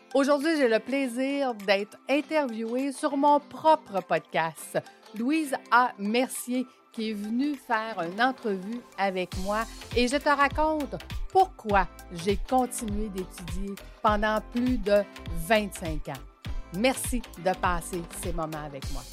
Aujourd'hui, j'ai le plaisir d'être interviewée sur mon propre podcast. Louise A. Mercier qui est venue faire une entrevue avec moi et je te raconte pourquoi j'ai continué d'étudier pendant plus de 25 ans. Merci de passer ces moments avec moi.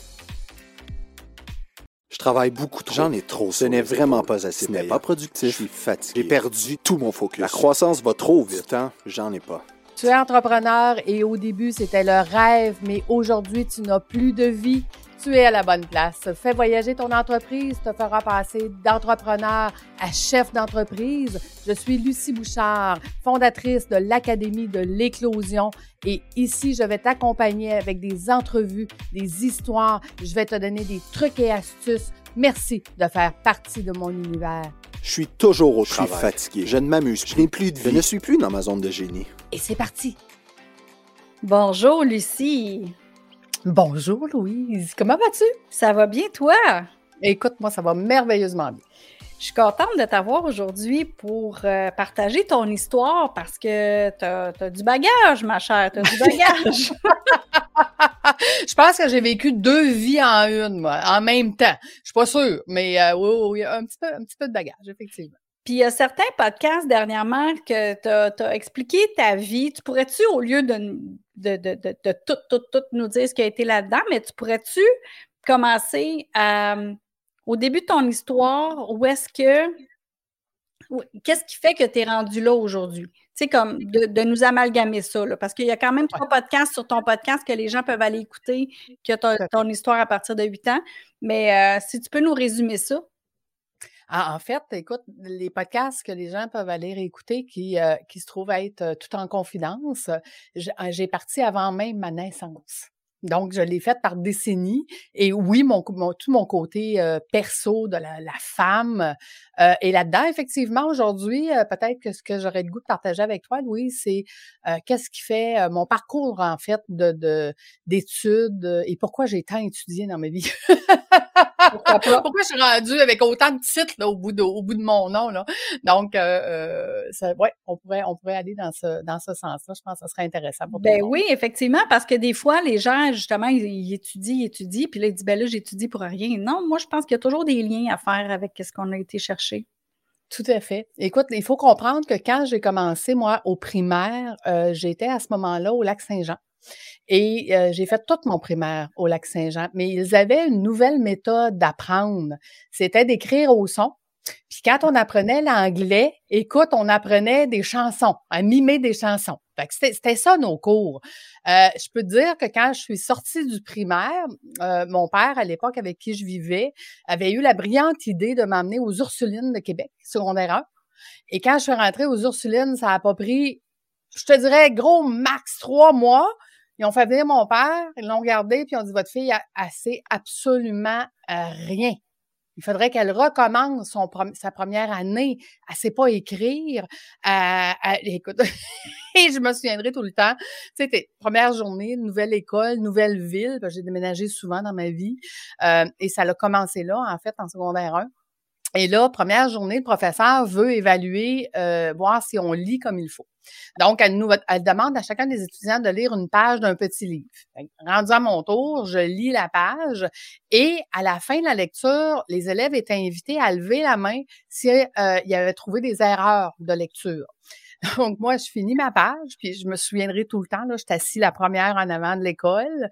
Je travaille beaucoup trop. J'en ai trop. Ce n'est vraiment pas assez. Ce n'est pas productif. Je suis fatigué. J'ai perdu tout mon focus. La croissance va trop vite. Temps, j'en ai pas. Tu es entrepreneur et au début, c'était le rêve, mais aujourd'hui, tu n'as plus de vie. Tu es à la bonne place. Fais voyager ton entreprise, te fera passer d'entrepreneur à chef d'entreprise. Je suis Lucie Bouchard, fondatrice de l'Académie de l'éclosion. Et ici, je vais t'accompagner avec des entrevues, des histoires. Je vais te donner des trucs et astuces. Merci de faire partie de mon univers. Je suis toujours au travail. Je suis fatigué. Je ne m'amuse plus. Je n'ai plus de vie. Je ne suis plus dans ma zone de génie. Et c'est parti. Bonjour, Lucie. Bonjour, Louise. Comment vas-tu? Ça va bien, toi? Écoute, moi, ça va merveilleusement bien. Je suis contente de t'avoir aujourd'hui pour partager ton histoire parce que t'as du bagage, ma chère, t'as du bagage. Je pense que j'ai vécu 2 vies en une, moi, en même temps. Je suis pas sûre, mais oui, un petit peu de bagage, effectivement. Puis il y a certains podcasts dernièrement que t'as expliqué ta vie. Tu pourrais-tu, au lieu de tout nous dire ce qui a été là-dedans, mais tu pourrais-tu commencer au début de ton histoire, qu'est-ce qui fait que tu es rendu là aujourd'hui? Tu sais, comme de nous amalgamer ça, là, parce qu'il y a quand même 3 podcasts sur ton podcast que les gens peuvent aller écouter, que ton histoire à partir de 8 ans. Mais si tu peux nous résumer ça. En fait, écoute, les podcasts que les gens peuvent aller réécouter qui se trouvent être tout en confidence, j'ai parti avant même ma naissance. Donc, je l'ai faite par décennies. Et oui, tout mon côté perso de la femme est là-dedans. Effectivement, aujourd'hui, peut-être que ce que j'aurais le goût de partager avec toi, Louis, c'est qu'est-ce qui fait mon parcours, en fait, d'études et pourquoi j'ai tant étudié dans ma vie. Pourquoi je suis rendue avec autant de titres là, au bout de mon nom, là. Donc, on pourrait aller dans ce sens-là. Je pense que ça serait intéressant pour tout le monde. Oui, effectivement, parce que des fois, les gens, justement, ils étudient, puis là, ils disent, là, j'étudie pour rien. Non, moi, je pense qu'il y a toujours des liens à faire avec ce qu'on a été chercher. Tout à fait. Écoute, il faut comprendre que quand j'ai commencé, moi, au primaire, j'étais à ce moment-là au Lac-Saint-Jean. Et j'ai fait tout mon primaire au Lac-Saint-Jean, mais ils avaient une nouvelle méthode d'apprendre. C'était d'écrire au son. Puis quand on apprenait l'anglais, écoute, on apprenait des chansons, à mimer des chansons. Fait que c'était ça nos cours. Je peux te dire que quand je suis sortie du primaire, mon père, à l'époque avec qui je vivais, avait eu la brillante idée de m'emmener aux Ursulines de Québec, secondaire 1. Et quand je suis rentrée aux Ursulines, ça n'a pas pris, je te dirais, gros max 3 mois. Ils ont fait venir mon père, ils l'ont regardé, puis ils ont dit, votre fille, elle sait absolument rien. Il faudrait qu'elle recommence sa première année. Elle sait pas écrire. Écoute, et je me souviendrai tout le temps. Tu sais, première journée, nouvelle école, nouvelle ville. J'ai déménagé souvent dans ma vie. Et ça a commencé là, en fait, en secondaire 1. Et là, première journée, le professeur veut évaluer, voir si on lit comme il faut. Donc, elle demande à chacun des étudiants de lire une page d'un petit livre. Rendu à mon tour, je lis la page et à la fin de la lecture, les élèves étaient invités à lever la main s'ils avaient trouvé des erreurs de lecture. Donc, moi, je finis ma page, puis je me souviendrai tout le temps, là, j'étais assise la première en avant de l'école,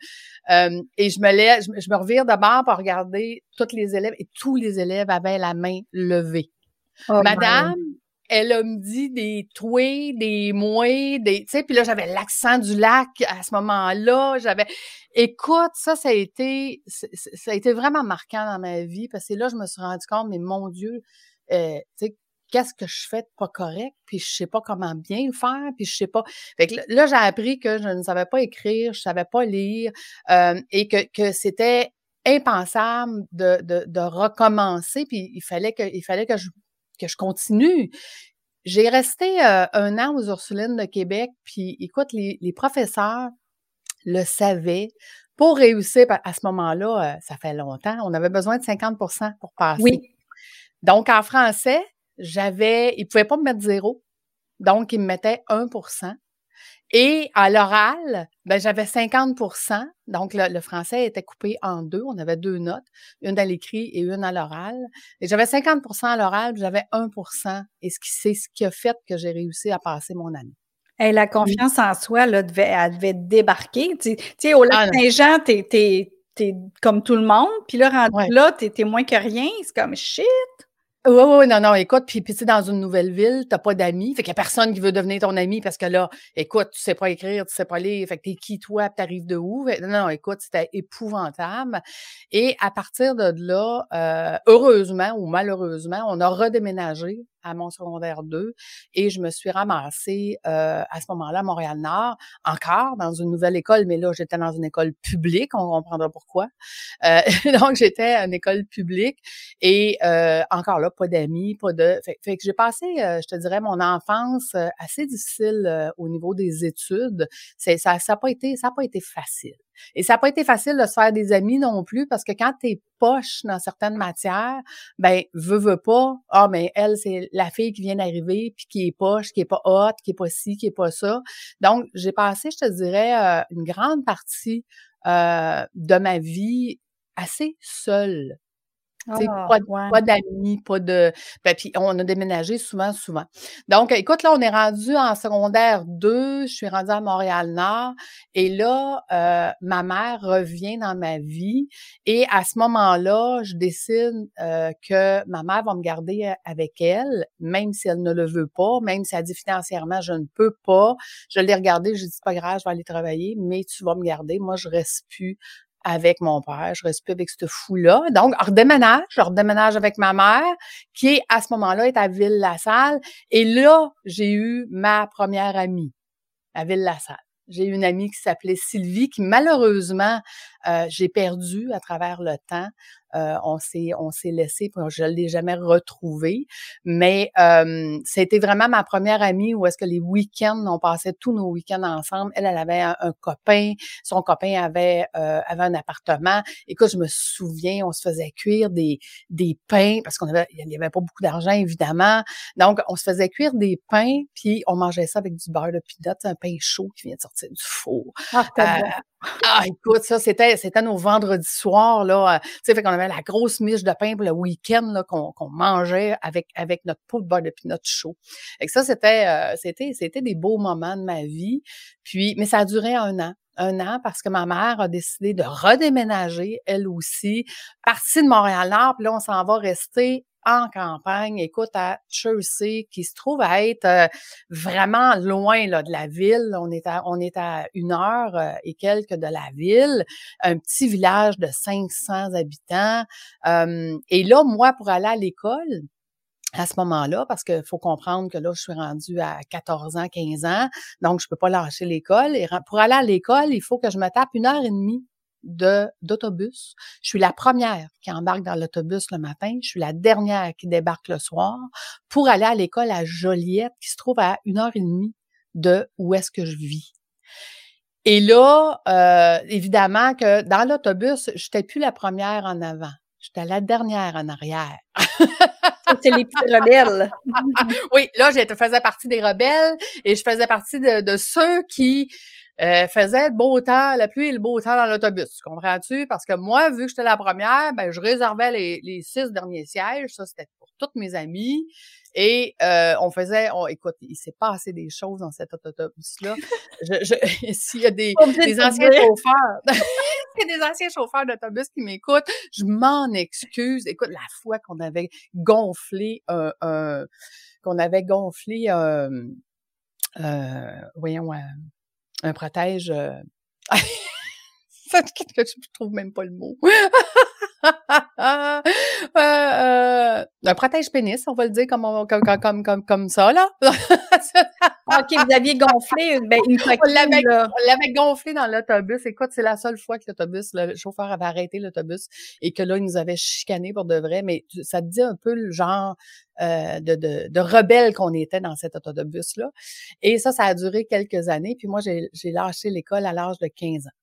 et je me revire de bord pour regarder tous les élèves, et tous les élèves avaient la main levée. Oh, Madame, elle me dit des toués, des mouais, tu sais, puis là, j'avais l'accent du lac à ce moment-là, écoute, ça a été vraiment marquant dans ma vie, parce que là, je me suis rendu compte, mais mon Dieu, tu sais, qu'est-ce que je fais de pas correct, puis je sais pas comment bien le faire, puis je sais pas. Fait que là, j'ai appris que je ne savais pas écrire, je savais pas lire, et que c'était impensable de recommencer, puis il fallait que je continue. J'ai resté 1 an aux Ursulines de Québec, puis écoute, les professeurs le savaient. Pour réussir, à ce moment-là, ça fait longtemps, on avait besoin de 50% pour passer. Oui. Donc, en français, ils pouvaient pas me mettre 0, donc ils me mettaient 1%. Et à l'oral, ben j'avais 50%. Donc, le français était coupé en deux. On avait 2 notes, une à l'écrit et une à l'oral. Et j'avais 50% à l'oral, puis j'avais 1%. Et c'est ce qui a fait que j'ai réussi à passer mon année. Hey, la confiance en soi, là, elle devait débarquer. Tu sais, au Lac-Saint-Jean, t'es comme tout le monde. Puis là, rendu là, t'es moins que rien. C'est comme shit. Oui, non, écoute, puis tu sais, dans une nouvelle ville, t'as pas d'amis, fait qu'il y a personne qui veut devenir ton ami parce que là, écoute, tu sais pas écrire, tu sais pas lire, fait que t'es qui toi, puis t'arrives de où? Non, écoute, c'était épouvantable. Et à partir de là, heureusement ou malheureusement, on a redéménagé à mon secondaire 2 et je me suis ramassée à ce moment-là à Montréal-Nord, encore dans une nouvelle école, mais là, j'étais dans une école publique, on comprendra pourquoi. Donc, j'étais à une école publique et encore là, pas d'amis, pas de... Fait que j'ai passé, je te dirais, mon enfance assez difficile au niveau des études. Ça a pas été facile. Et ça n'a pas été facile de se faire des amis non plus parce que quand t'es poche dans certaines matières, ben veux pas, mais elle, c'est la fille qui vient d'arriver puis qui est poche, qui est pas hot, qui est pas ci, qui est pas ça. Donc, j'ai passé, je te dirais, une grande partie de ma vie assez seule. Pas d'amis, pas de... Ben, puis on a déménagé souvent. Donc, écoute, là, on est rendu en secondaire 2, je suis rendue à Montréal-Nord, et là, ma mère revient dans ma vie, et à ce moment-là, je décide que ma mère va me garder avec elle, même si elle ne le veut pas, même si elle dit financièrement, je ne peux pas. Je l'ai regardée, j'ai dit, c'est pas grave, je vais aller travailler, mais tu vas me garder, moi, je reste plus avec mon père, je reste plus avec ce fou-là. Donc, je redéménage avec ma mère, qui, à ce moment-là, est à Ville-la-Salle. Et là, j'ai eu ma première amie à Ville-la-Salle. J'ai eu une amie qui s'appelait Sylvie, qui malheureusement, j'ai perdu à travers le temps. On s'est laissé, je ne l'ai jamais retrouvée. Mais c'était vraiment ma première amie où est-ce que les week-ends, on passait tous nos week-ends ensemble. Elle avait un copain, son copain avait un appartement. Écoute, je me souviens, on se faisait cuire des pains parce il n'y avait pas beaucoup d'argent, évidemment. Donc, on se faisait cuire des pains, puis on mangeait ça avec du beurre de pinot, un pain chaud qui vient de sortir du four. Écoute, ça, c'était nos vendredis soirs, là. Tu sais, fait qu'on avait la grosse miche de pain pour le week-end, là, qu'on mangeait avec notre pot de beurre de pinot chaud. Et ça, c'était des beaux moments de ma vie. Puis, mais ça a duré 1 an. 1 an parce que ma mère a décidé de redéménager, elle aussi, partie de Montréal-Nord, puis là, on s'en va rester en campagne, écoute, à Chersey, qui se trouve à être vraiment loin là, de la ville. On est à 1 heure et quelques de la ville, un petit village de 500 habitants. Et là, moi, pour aller à l'école, à ce moment-là, parce qu'il faut comprendre que là, je suis rendue à 14 ans, 15 ans, donc je peux pas lâcher l'école. Et pour aller à l'école, il faut que je me tape 1h30 d'autobus. Je suis la première qui embarque dans l'autobus le matin. Je suis la dernière qui débarque le soir pour aller à l'école à Joliette, qui se trouve à 1h30 de où est-ce que je vis. Et là, évidemment que dans l'autobus, j'étais plus la première en avant. J'étais la dernière en arrière. C'est les petits rebelles. Oui, là, je faisais partie des rebelles et je faisais partie de ceux qui faisaient le beau temps, la pluie et le beau temps dans l'autobus. Comprends-tu? Parce que moi, vu que j'étais la première, ben je réservais les 6 derniers sièges. Ça, c'était pour toutes mes amies. Et écoute, il s'est passé des choses dans cet autobus-là. S'il y a des anciens chauffeurs... Il y a des anciens chauffeurs d'autobus qui m'écoutent. Je m'en excuse. Écoute, la fois qu'on avait gonflé un protège. Je trouve même pas le mot. Un protège pénis, on va le dire comme ça, là. OK, vous aviez gonflé une coquille, on l'avait gonflé dans l'autobus. Écoute, c'est la seule fois que le chauffeur avait arrêté l'autobus et que là, il nous avait chicané pour de vrai. Mais ça te dit un peu le genre de rebelle qu'on était dans cet autobus-là. Et ça a duré quelques années. Puis moi, j'ai lâché l'école à l'âge de 15 ans.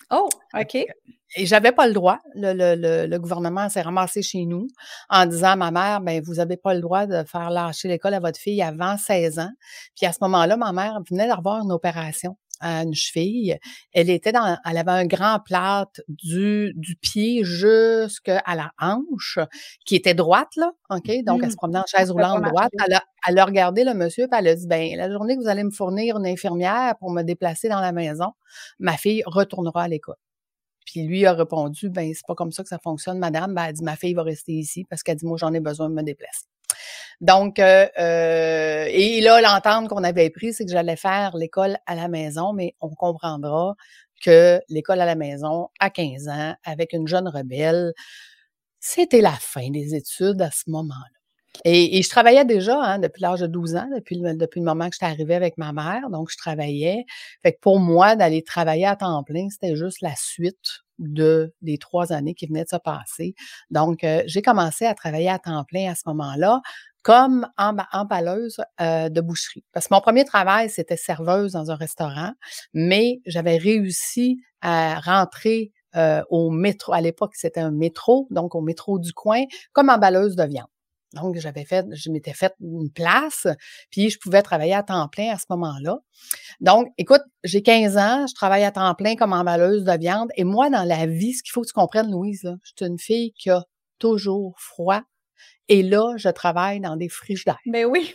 Oh, OK. Et j'avais pas le droit. Le gouvernement s'est ramassé chez nous en disant à ma mère, ben vous avez pas le droit de faire lâcher l'école à votre fille avant 16 ans. Puis à ce moment-là, ma mère venait d'avoir une opération à une cheville. Elle avait un grand plâtre du pied jusqu'à la hanche, qui était droite, là, OK? Donc, elle se promenait en chaise roulante droite. Elle a regardé le monsieur, puis elle a dit, ben la journée que vous allez me fournir une infirmière pour me déplacer dans la maison, ma fille retournera à l'école. Puis lui a répondu, ben c'est pas comme ça que ça fonctionne, madame. Ben, elle dit, ma fille va rester ici parce qu'elle dit, moi, j'en ai besoin de me déplacer. Donc, et là, l'entente qu'on avait prise, c'est que j'allais faire l'école à la maison, mais on comprendra que l'école à la maison, à 15 ans, avec une jeune rebelle, c'était la fin des études à ce moment-là. Et je travaillais déjà depuis l'âge de 12 ans, depuis le moment que j'étais arrivée avec ma mère, donc je travaillais. Fait que pour moi, d'aller travailler à temps plein, c'était juste la suite des 3 années qui venaient de se passer. Donc, j'ai commencé à travailler à temps plein à ce moment-là, comme emballeuse de boucherie. Parce que mon premier travail, c'était serveuse dans un restaurant, mais j'avais réussi à rentrer au métro. À l'époque, c'était un métro, donc au métro du coin, comme emballeuse de viande. Donc, je m'étais fait une place, puis je pouvais travailler à temps plein à ce moment-là. Donc, écoute, j'ai 15 ans, je travaille à temps plein comme emballeuse de viande. Et moi, dans la vie, ce qu'il faut que tu comprennes, Louise, là, je suis une fille qui a toujours froid. Et là, je travaille dans des frigidaires. Ben oui.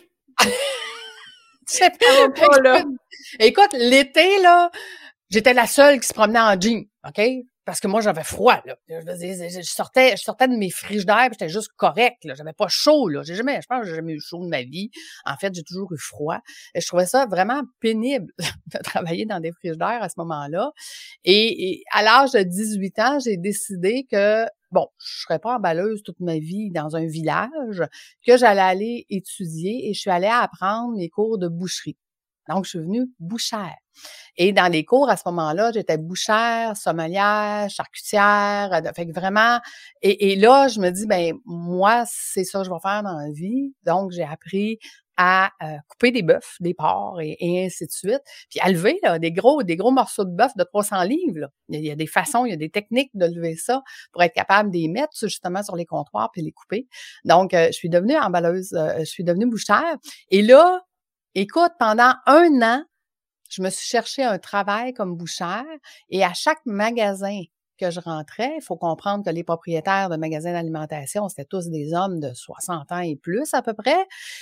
Pas, là. Écoute, l'été, là, j'étais la seule qui se promenait en jean, OK? Parce que moi, j'avais froid, là. Je sortais de mes frigidaires, puis j'étais juste correct, là. J'avais pas chaud, là. Je pense que j'ai jamais eu chaud de ma vie. En fait, j'ai toujours eu froid. Et je trouvais ça vraiment pénible de travailler dans des frigidaires à ce moment-là. Et à l'âge de 18 ans, j'ai décidé que, bon, je serais pas emballeuse toute ma vie dans un village, que j'allais aller étudier et je suis allée apprendre mes cours de boucherie. Donc, je suis venue bouchère. Et dans les cours, à ce moment-là, j'étais bouchère, sommelière, charcutière, fait que vraiment, et là, je me dis, ben moi, c'est ça que je vais faire dans la vie. Donc, j'ai appris à couper des bœufs, des porcs et ainsi de suite. Puis à lever là, des gros morceaux de bœuf de 300 livres. Là. Il y a des façons, il y a des techniques de lever ça pour être capable de les mettre justement sur les comptoirs puis les couper. Donc, je suis devenue emballeuse, je suis devenue bouchère. Et là, écoute, pendant 1 an, je me suis cherché un travail comme bouchère et à chaque magasin que je rentrais, il faut comprendre que les propriétaires de magasins d'alimentation, c'était tous des hommes de 60 ans et plus à peu près.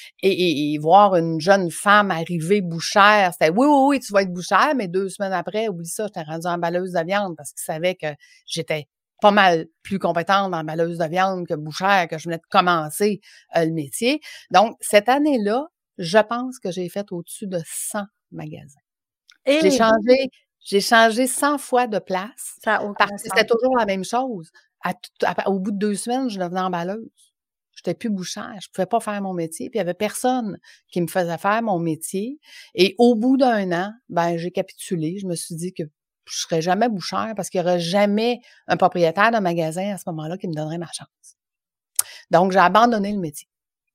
Et voir une jeune femme arriver bouchère, c'était oui, tu vas être bouchère, mais 2 semaines après, oublie ça, j'étais rendue emballeuse de viande parce qu'ils savaient que j'étais pas mal plus compétente emballeuse de viande que bouchère, que je venais de commencer le métier. Donc, cette année-là, je pense que j'ai fait au-dessus de 100 magasins. Et J'ai changé 100 fois de place parce que c'était toujours la même chose. Au bout de 2 semaines, je devenais emballeuse. J'étais plus bouchère, je pouvais pas faire mon métier, puis il y avait personne qui me faisait faire mon métier. Et au bout d'1 an, ben j'ai capitulé. Je me suis dit que je serais jamais bouchère parce qu'il y aurait jamais un propriétaire de magasin à ce moment-là qui me donnerait ma chance. Donc, j'ai abandonné le métier.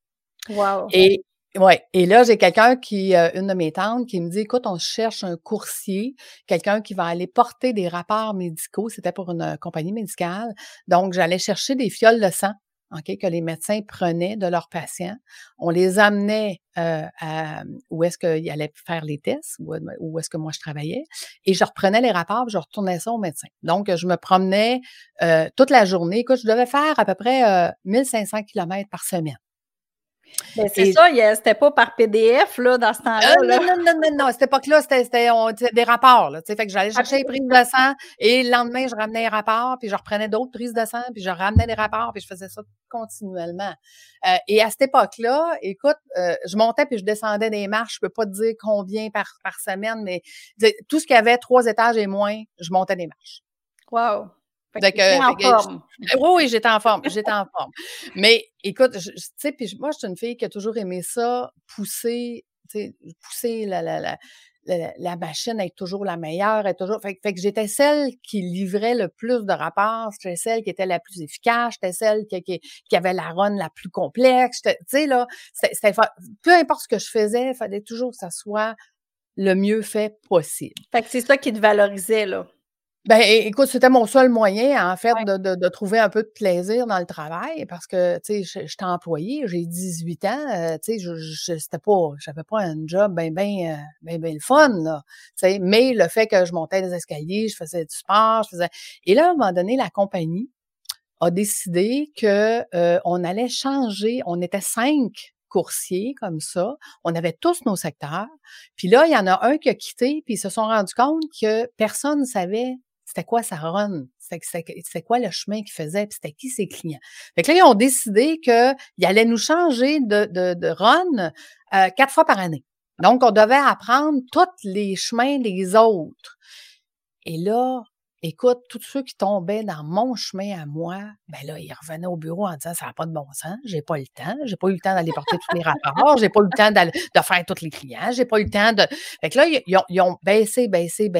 Wow. Et là, j'ai quelqu'un une de mes tantes qui me dit, écoute, on cherche un coursier, quelqu'un qui va aller porter des rapports médicaux. C'était pour une compagnie médicale. Donc, j'allais chercher des fioles de sang, OK, que les médecins prenaient de leurs patients. On les amenait où est-ce qu'ils allaient faire les tests, où est-ce que moi je travaillais. Et je reprenais les rapports, puis je retournais ça au médecin. Donc, je me promenais toute la journée. Écoute, je devais faire à peu près 1500 kilomètres par semaine. Ben c'est ça, c'était pas par PDF, là, dans ce temps-là. Non. À cette époque-là, c'était des rapports, là. Fait que j'allais chercher les prises de sang et le lendemain, je ramenais les rapports, puis je reprenais d'autres prises de sang, puis je ramenais les rapports, puis je faisais ça continuellement. Et à cette époque-là, écoute, je montais puis je descendais des marches. Je peux pas te dire combien par semaine, mais tout ce qui avait 3 étages et moins, je montais des marches. Wow! Oui, j'étais en forme. Mais écoute, tu sais, puis moi, je suis une fille qui a toujours aimé ça, pousser la machine à être toujours la meilleure, fait que j'étais celle qui livrait le plus de rapports, j'étais celle qui était la plus efficace, j'étais celle qui avait la run la plus complexe, tu sais, là, peu importe ce que je faisais, il fallait toujours que ça soit le mieux fait possible. Fait que c'est ça qui te valorisait, là. Ben, écoute, c'était mon seul moyen, en fait, Ouais. de trouver un peu de plaisir dans le travail parce que, tu sais, j'étais employée, j'ai 18 ans, tu sais, j'avais pas un job ben le fun, là, tu sais. Mais le fait que je montais les escaliers, je faisais du sport, et là, à un moment donné, la compagnie a décidé que, on allait changer. On était 5 coursiers comme ça. On avait tous nos secteurs. Puis là, il y en a un qui a quitté, puis ils se sont rendus compte que personne ne savait c'était quoi sa run, c'était quoi le chemin qu'il faisait, puis c'était qui ses clients. Fait que là, ils ont décidé qu'ils allaient nous changer de run 4 fois par année. Donc, on devait apprendre tous les chemins des autres. Et là, écoute, tous ceux qui tombaient dans mon chemin à moi, ben là, ils revenaient au bureau en disant: «Ça n'a pas de bon sens, j'ai pas eu le temps d'aller porter tous les rapports, j'ai pas eu le temps de faire tous les clients, j'ai pas eu le temps de». Fait que là, ils ont baissé,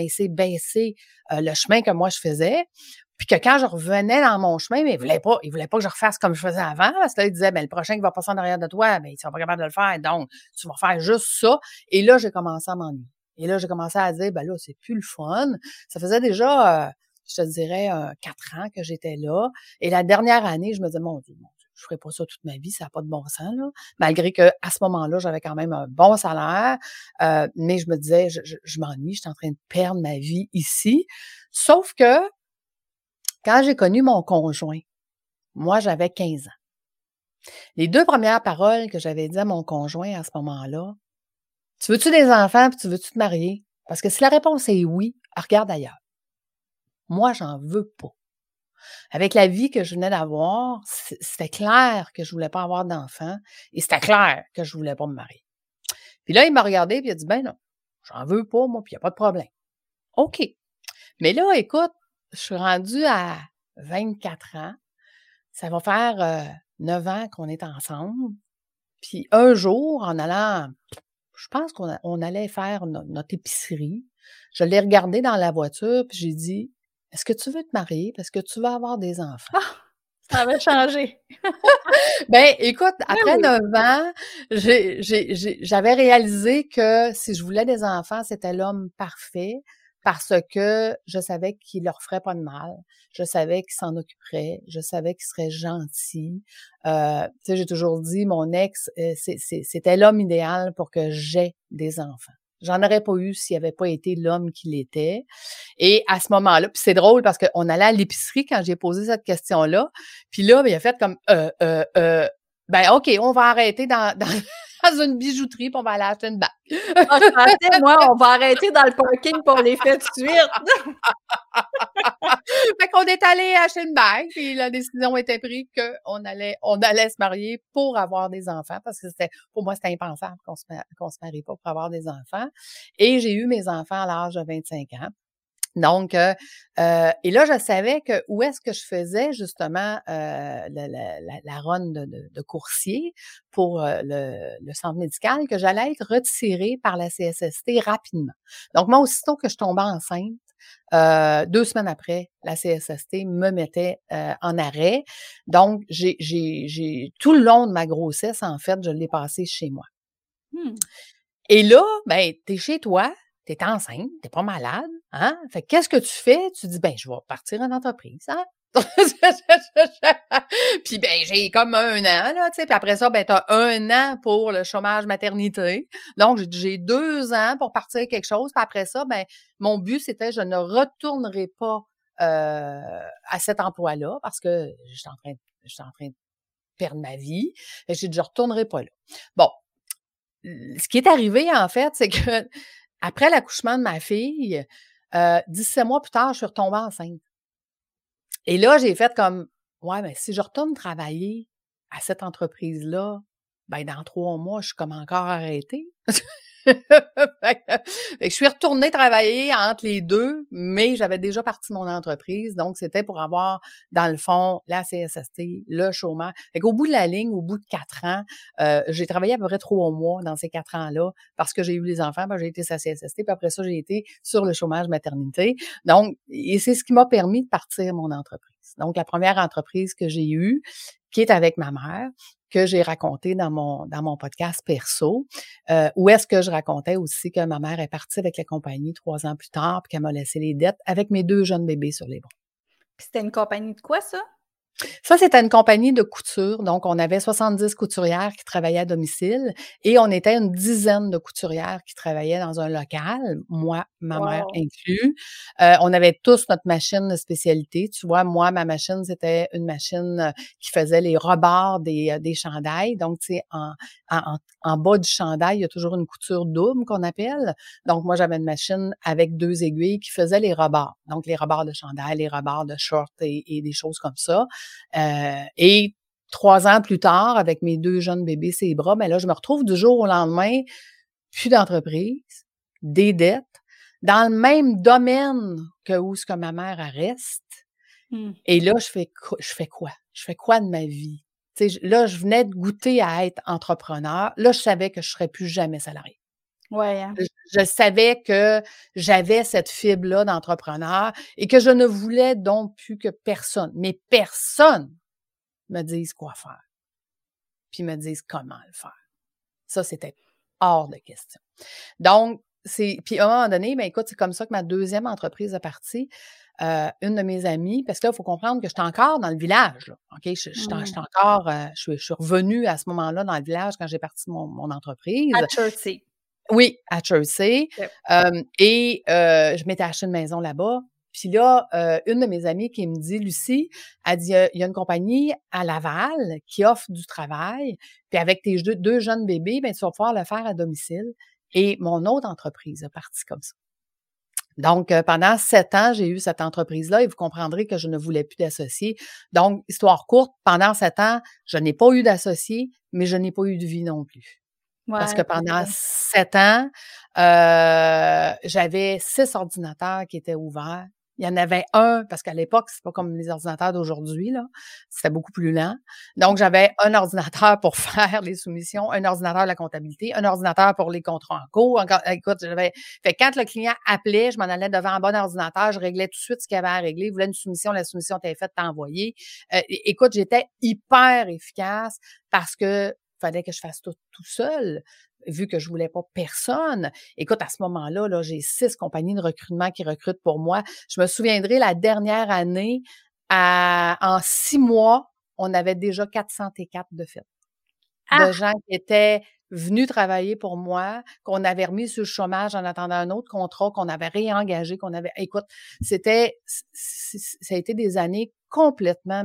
le chemin que moi je faisais. Puis que quand je revenais dans mon chemin, mais ils voulaient pas que je refasse comme je faisais avant, parce que là, ils disaient: «Ben, le prochain qui va passer en arrière de toi, ben, ils sont pas capables de le faire, donc tu vas faire juste ça». Et là, j'ai commencé à m'ennuyer. Et là, j'ai commencé à dire: «Ben là, c'est plus le fun». Ça faisait déjà, je te dirais, 4 ans que j'étais là. Et la dernière année, je me disais: Mon Dieu, je ferai pas ça toute ma vie, ça n'a pas de bon sens, là». Malgré qu'à ce moment-là, j'avais quand même un bon salaire, mais je me disais: Je m'ennuie, je suis en train de perdre ma vie ici». Sauf que quand j'ai connu mon conjoint, moi, j'avais 15 ans. Les 2 premières paroles que j'avais dit à mon conjoint à ce moment-là: «Tu veux-tu des enfants puis tu veux-tu te marier? Parce que si la réponse est oui, regarde ailleurs. Moi, j'en veux pas». Avec la vie que je venais d'avoir, c'était clair que je voulais pas avoir d'enfants et c'était clair que je voulais pas me marier. Puis là, il m'a regardé puis il a dit: «Ben non, j'en veux pas moi, puis il y a pas de problème». OK. Mais là, écoute, je suis rendue à 24 ans. Ça va faire, 9 ans qu'on est ensemble. Puis un jour, en allant, je pense on allait faire notre épicerie. Je l'ai regardé dans la voiture, puis j'ai dit: «Est-ce que tu veux te marier parce que tu vas avoir des enfants?» Ah! Ça avait changé. Ben, écoute, Ben après oui. 9 ans, j'avais réalisé que si je voulais des enfants, c'était l'homme parfait parce que je savais qu'il leur ferait pas de mal. Je savais qu'il s'en occuperait. Je savais qu'il serait gentil. Tu sais, j'ai toujours dit, mon ex, c'était l'homme idéal pour que j'aie des enfants. J'en aurais pas eu s'il avait pas été l'homme qu'il était. Et à ce moment-là, puis c'est drôle parce qu'on allait à l'épicerie quand j'ai posé cette question-là. Puis là, ben, il a fait comme ben OK, on va arrêter dans une bijouterie, puis on va aller acheter une bague. Ah, je pensais, moi, on va arrêter dans le parking pour les fêtes tout de suite. Fait qu'on est allé acheter une bague, puis la décision était prise qu'on allait se marier pour avoir des enfants, parce que pour moi, c'était impensable qu'on se marie pas pour avoir des enfants. Et j'ai eu mes enfants à l'âge de 25 ans. Donc, et là, je savais que où est-ce que je faisais justement la run de coursier pour le centre médical, que j'allais être retirée par la CSST rapidement. Donc, moi, aussitôt que je tombais enceinte, 2 semaines après, la CSST me mettait en arrêt. Donc, j'ai tout le long de ma grossesse, en fait, je l'ai passé chez moi. Mmh. Et là, ben, t'es chez toi, t'es enceinte, t'es pas malade, hein? Fait que qu'est-ce que tu fais? Tu dis: «Ben, je vais partir en entreprise, hein?» Puis, ben, j'ai comme 1 an, là, tu sais, puis après ça, ben, t'as 1 an pour le chômage maternité. Donc, j'ai 2 ans pour partir quelque chose, puis après ça, ben, mon but, c'était je ne retournerai pas, à cet emploi-là parce que j'étais en train de perdre ma vie. Fait que j'ai dit: «Je retournerai pas là». Bon, ce qui est arrivé, en fait, c'est que après l'accouchement de ma fille, 17 mois plus tard, je suis retombée enceinte. Et là, j'ai fait comme: «Ouais, mais si je retourne travailler à cette entreprise-là, ben, dans 3 mois, je suis comme encore arrêtée». Fait que je suis retournée travailler entre les 2, mais j'avais déjà parti mon entreprise, donc c'était pour avoir, dans le fond, la CSST, le chômage. Fait qu'au bout de la ligne, au bout de 4 ans, j'ai travaillé à peu près 3 mois dans ces 4 ans-là parce que j'ai eu les enfants, ben, j'ai été sur la CSST, puis après ça, j'ai été sur le chômage maternité. Donc, et c'est ce qui m'a permis de partir mon entreprise. Donc, la première entreprise que j'ai eue, qui est avec ma mère, que j'ai raconté dans mon podcast perso, où est-ce que je racontais aussi que ma mère est partie avec la compagnie 3 ans plus tard, puis qu'elle m'a laissé les dettes avec mes 2 jeunes bébés sur les bras. Puis c'était une compagnie de quoi, ça? Ça, c'était une compagnie de couture. Donc, on avait 70 couturières qui travaillaient à domicile et on était une dizaine de couturières qui travaillaient dans un local, moi, ma mère Wow! inclus. On avait tous notre machine de spécialité. Tu vois, moi, ma machine, c'était une machine qui faisait les rebords des chandails. Donc, tu sais, en bas du chandail, il y a toujours une couture double qu'on appelle. Donc, moi, j'avais une machine avec 2 aiguilles qui faisait les rebords. Donc, les rebords de chandail, les rebords de shorts et des choses comme ça. Et 3 ans plus tard, avec mes 2 jeunes bébés sur les bras, ben là, je me retrouve du jour au lendemain, plus d'entreprise, des dettes, dans le même domaine que où ce que ma mère elle reste. Mmh. Et là, je fais quoi? Je fais quoi de ma vie? Tu sais, là, je venais de goûter à être entrepreneur. Là, je savais que je serais plus jamais salariée. Ouais, hein? Je savais que j'avais cette fibre-là d'entrepreneur et que je ne voulais donc plus que personne, mais personne me dise quoi faire, puis me dise comment le faire. Ça, c'était hors de question. Donc, puis à un moment donné, ben écoute, c'est comme ça que ma deuxième entreprise est partie. Une de mes amies, parce que là, il faut comprendre que j'étais encore dans le village, là, OK? J'étais encore, je suis revenue à ce moment-là dans le village quand j'ai parti mon entreprise. À Chertsey. Oui, à Chertsey. Yep. Je m'étais acheté une maison là-bas. Puis là, une de mes amies qui me dit, Lucie, elle dit, il y a une compagnie à Laval qui offre du travail, puis avec tes deux jeunes bébés, ben tu vas pouvoir le faire à domicile. Et mon autre entreprise est partie comme ça. Donc, pendant 7 ans, j'ai eu cette entreprise-là et vous comprendrez que je ne voulais plus d'associés. Donc, histoire courte, pendant 7 ans, je n'ai pas eu d'associés, mais je n'ai pas eu de vie non plus. Parce que Ouais, pendant c'est 7 ans, j'avais 6 ordinateurs qui étaient ouverts. Il y en avait un, parce qu'à l'époque, c'est pas comme les ordinateurs d'aujourd'hui, là. C'était beaucoup plus lent. Donc, j'avais un ordinateur pour faire les soumissions, un ordinateur de la comptabilité, un ordinateur pour les contrats en cours. Écoute, fait que quand le client appelait, je m'en allais devant un bon ordinateur, je réglais tout de suite ce qu'il y avait à régler. Il voulait une soumission, la soumission était faite, t'as envoyé. Écoute, j'étais hyper efficace parce que fallait que je fasse tout seul, vu que je voulais pas personne. Écoute, à ce moment-là, là, j'ai 6 compagnies de recrutement qui recrutent pour moi. Je me souviendrai, la dernière année, en 6 mois, on avait déjà 404 de fait. De gens qui étaient venus travailler pour moi, qu'on avait remis sur le chômage en attendant un autre contrat, qu'on avait réengagé, écoute, ça a été des années complètement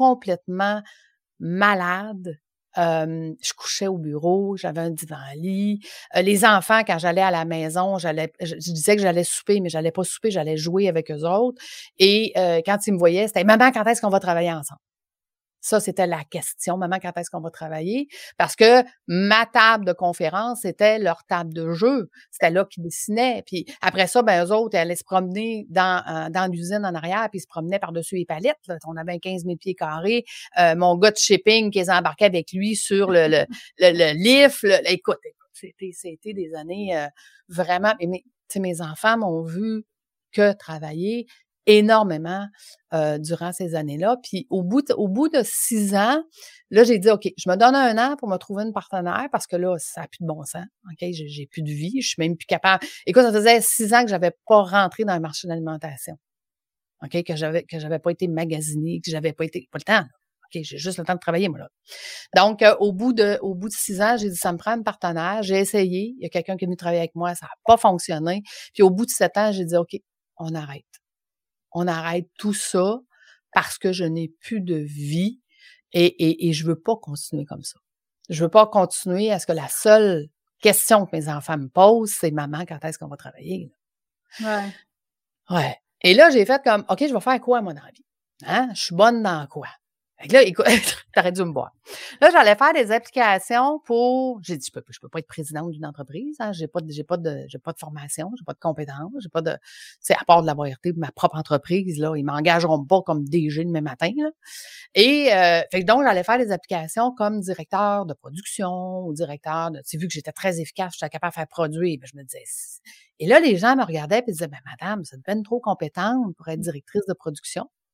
malades. Je couchais au bureau, j'avais un divan-lit. Les enfants, quand j'allais à la maison, je disais que j'allais souper, mais j'allais pas souper, j'allais jouer avec eux autres. Et quand ils me voyaient, c'était « Maman, quand est-ce qu'on va travailler ensemble? » Ça, c'était la question. « Maman, quand est-ce qu'on va travailler? » Parce que ma table de conférence, c'était leur table de jeu. C'était là qu'ils dessinaient. Puis après ça, ben eux autres, ils allaient se promener dans l'usine en arrière, puis ils se promenaient par-dessus les palettes. Là. On avait 15 000 pieds carrés. Mon gars de shipping qui les embarquait avec lui sur le lift. Écoute, c'était des années vraiment... mes enfants m'ont vu que travailler énormément durant ces années-là. Puis au bout de 6 ans, là, j'ai dit, OK, je me donne 1 an pour me trouver une partenaire parce que là, ça n'a plus de bon sens. OK, j'ai plus de vie, je suis même plus capable. Écoute, ça faisait 6 ans que j'avais pas rentré dans le marché de l'alimentation. OK, que j'avais pas été magasinée, que j'avais pas le temps. Là. OK, j'ai juste le temps de travailler, moi, là. Donc, au bout de 6 ans, j'ai dit, ça me prend une partenaire. J'ai essayé. Il y a quelqu'un qui est venu travailler avec moi. Ça n'a pas fonctionné. Puis au bout de 7 ans, j'ai dit, OK, on arrête. On arrête tout ça parce que je n'ai plus de vie et je veux pas continuer comme ça. Je veux pas continuer à ce que la seule question que mes enfants me posent, c'est « Maman, quand est-ce qu'on va travailler? » Ouais. Ouais. Et là, j'ai fait comme « OK, je vais faire quoi, moi, dans la vie? Hein? Je suis bonne dans quoi? » Fait que là, écoute, t'aurais dû me voir. Là, j'allais faire des applications j'ai dit, je peux pas être présidente d'une entreprise, hein. J'ai pas de formation, j'ai pas de compétences, j'ai pas de, à part de l'avoir été de ma propre entreprise, là, ils m'engageront pas comme DG demain matin, là. Et, fait que donc, j'allais faire des applications comme directeur de production ou directeur de, vu que j'étais très efficace, j'étais capable de faire produire, ben, je me disais, et là, les gens me regardaient et disaient, ben, madame, vous êtes bien trop compétente pour être directrice de production.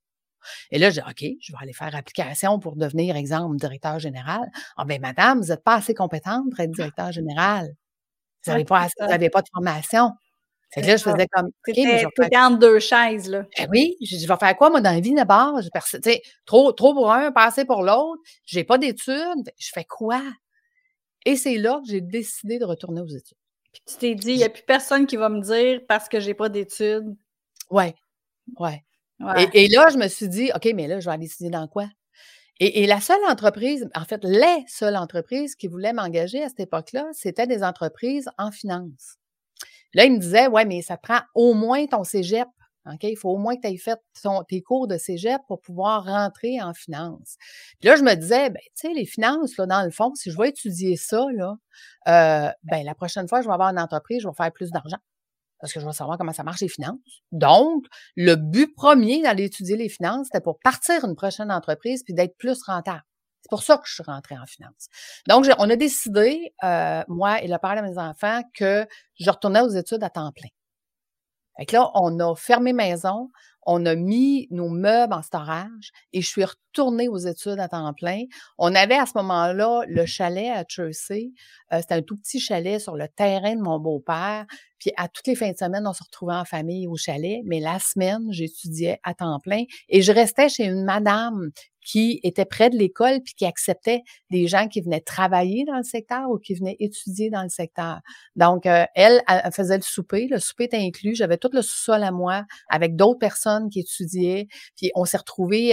Et là, j'ai dit, OK, je vais aller faire application pour devenir, exemple, directeur général. Ah ben madame, vous n'êtes pas assez compétente pour être directeur général. Vous n'avez pas, ça. de formation. Fait que C'est là, je ça. faisais comme, OK, mais je vais faire. T'étais entre deux chaises, là. Ben oui, je vais faire quoi, moi, dans la vie d'abord? Tu sais, trop pour un, pas assez pour l'autre. J'ai pas d'études. Je fais quoi? Et c'est là que j'ai décidé de retourner aux études. Puis tu t'es dit, il n'y a plus personne qui va me dire parce que j'ai pas d'études. Ouais. Ouais. Et là, je me suis dit, OK, mais là, je vais aller étudier dans quoi? Et la seule entreprise, en fait, les seules entreprises qui voulaient m'engager à cette époque-là, c'était des entreprises en finance. Là, ils me disaient, ouais, mais ça prend au moins ton cégep. OK? Il faut au moins que tu aies fait tes cours de cégep pour pouvoir rentrer en finance. Puis là, je me disais, ben, tu sais, les finances, là, dans le fond, si je vais étudier ça, là, ben, la prochaine fois que je vais avoir une entreprise, je vais faire plus d'argent. Parce que je vais savoir comment ça marche les finances. Donc, le but premier d'aller étudier les finances, c'était pour partir une prochaine entreprise puis d'être plus rentable. C'est pour ça que je suis rentrée en finance. Donc, on a décidé, moi et le père de mes enfants, que je retournais aux études à temps plein. Fait que là, on a fermé maison, on a mis nos meubles en storage et je suis retournée aux études à temps plein. On avait à ce moment-là le chalet à Chersey. C'était un tout petit chalet sur le terrain de mon beau-père. Puis à toutes les fins de semaine, on se retrouvait en famille au chalet. Mais la semaine, j'étudiais à temps plein et je restais chez une madame qui était près de l'école puis qui acceptait des gens qui venaient travailler dans le secteur ou qui venaient étudier dans le secteur. Donc, elle faisait le souper. Le souper était inclus. J'avais tout le sous-sol à moi avec d'autres personnes qui étudiaient. Puis, on s'est retrouvés,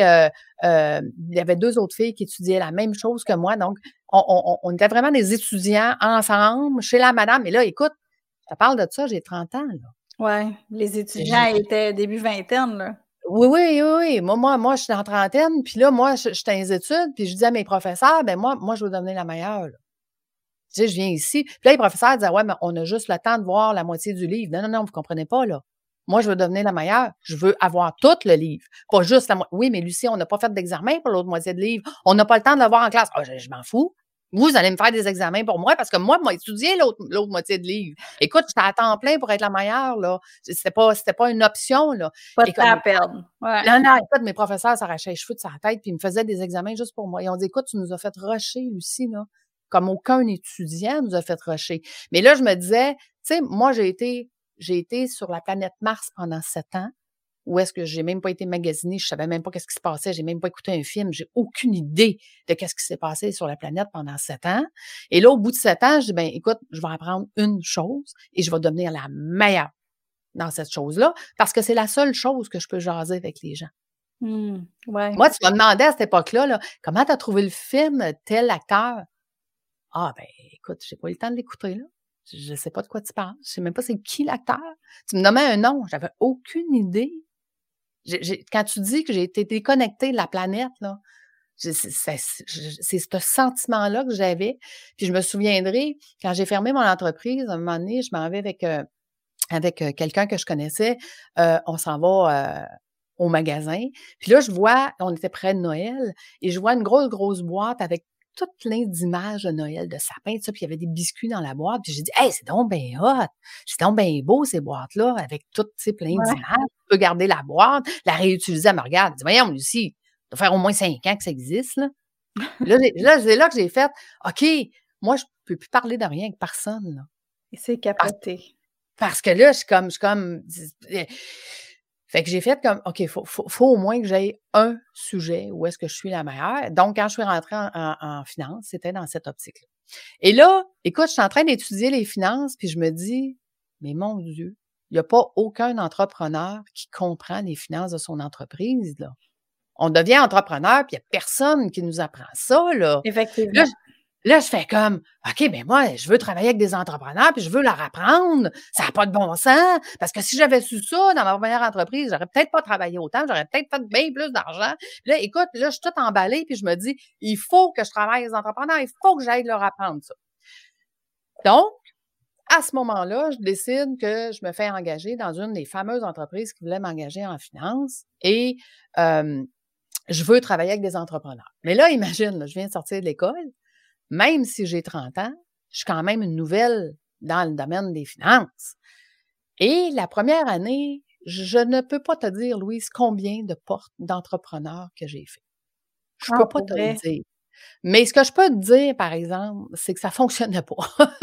il y avait 2 autres filles qui étudiaient la même chose que moi. Donc, on était vraiment des étudiants ensemble chez la madame. Et là, écoute, je te parle de ça, j'ai 30 ans, là. Ouais, les étudiants étaient début vingtaine, là. Oui. Moi, je suis en trentaine, puis là, moi, je suis dans les études, puis je dis à mes professeurs, ben moi, je veux devenir la meilleure, là. Tu sais, je viens ici. Puis là, les professeurs disaient, ouais, mais on a juste le temps de voir la moitié du livre. Non, vous comprenez pas, là. Moi, je veux devenir la meilleure. Je veux avoir tout le livre. Pas juste la moitié. Oui, mais Lucie, on n'a pas fait d'examen pour l'autre moitié de livre. On n'a pas le temps de le voir en classe. Ah, je m'en fous. Vous allez me faire des examens pour moi parce que moi, étudié l'autre moitié de livre. Écoute, j'étais à temps plein pour être la meilleure, là. C'était pas une option, là. Pas de temps à perdre. Ouais. Non, écoute, mes professeurs s'arrachaient les cheveux de sa tête puis ils me faisaient des examens juste pour moi. Ils ont dit, écoute, tu nous as fait rusher, Lucie, là. Comme aucun étudiant nous a fait rusher. Mais là, je me disais, tu sais, moi, j'ai été sur la planète Mars pendant 7 ans. Où est-ce que j'ai même pas été magasinée, je savais même pas qu'est-ce qui se passait, j'ai même pas écouté un film, j'ai aucune idée de qu'est-ce qui s'est passé sur la planète pendant 7 ans. Et là, au bout de 7 ans, je dis, ben, écoute, je vais apprendre une chose et je vais devenir la meilleure dans cette chose-là parce que c'est la seule chose que je peux jaser avec les gens. Ouais. Moi, tu me demandais à cette époque-là, là, comment tu as trouvé le film tel acteur? Ah, ben, écoute, j'ai pas eu le temps de l'écouter, là. Je sais pas de quoi tu parles. Je sais même pas c'est qui l'acteur. Tu me nommais un nom. J'avais aucune idée. Quand tu dis que j'ai été déconnectée de la planète, là, c'est ce sentiment-là que j'avais. Puis je me souviendrai, quand j'ai fermé mon entreprise, à un moment donné, je m'en vais avec quelqu'un que je connaissais. On s'en va au magasin. Puis là, je vois, on était près de Noël, et je vois une grosse boîte avec tout plein d'images de Noël, de sapins, tout ça, puis il y avait des biscuits dans la boîte, puis j'ai dit « Hey, c'est donc bien hot! C'est donc bien beau, ces boîtes-là, avec toutes, tu sais, plein d'images. Tu peux garder la boîte, la réutiliser. » Elle me regarde, elle dit « Voyons, Lucie, ça doit faire au moins 5 ans que ça existe, là. » Là, c'est là que j'ai fait « OK, moi, je peux plus parler de rien avec personne, là. » Et c'est capoté. Parce que là, je suis comme... Fait que j'ai fait comme, OK, faut au moins que j'aie un sujet où est-ce que je suis la meilleure. Donc, quand je suis rentrée en finance, c'était dans cette optique-là. Et là, écoute, je suis en train d'étudier les finances, puis je me dis, mais mon Dieu, il n'y a pas aucun entrepreneur qui comprend les finances de son entreprise, là. On devient entrepreneur, puis il n'y a personne qui nous apprend ça, là. Effectivement. Là, je fais comme, OK, ben moi, je veux travailler avec des entrepreneurs, puis je veux leur apprendre. Ça n'a pas de bon sens. Parce que si j'avais su ça dans ma première entreprise, j'aurais peut-être pas travaillé autant, j'aurais peut-être fait bien plus d'argent. Puis là, écoute, là, je suis toute emballée, puis je me dis, il faut que je travaille avec les entrepreneurs, il faut que j'aille leur apprendre ça. Donc, à ce moment-là, je décide que je me fais engager dans une des fameuses entreprises qui voulait m'engager en finance et je veux travailler avec des entrepreneurs. Mais là, imagine, là, je viens de sortir de l'école. Même si j'ai 30 ans, je suis quand même une nouvelle dans le domaine des finances. Et la première année, je ne peux pas te dire, Louise, combien de portes d'entrepreneurs que j'ai fait. Je Ah, peux pas pour te vrai? le dire. Mais ce que je peux te dire, par exemple, c'est que ça fonctionnait pas.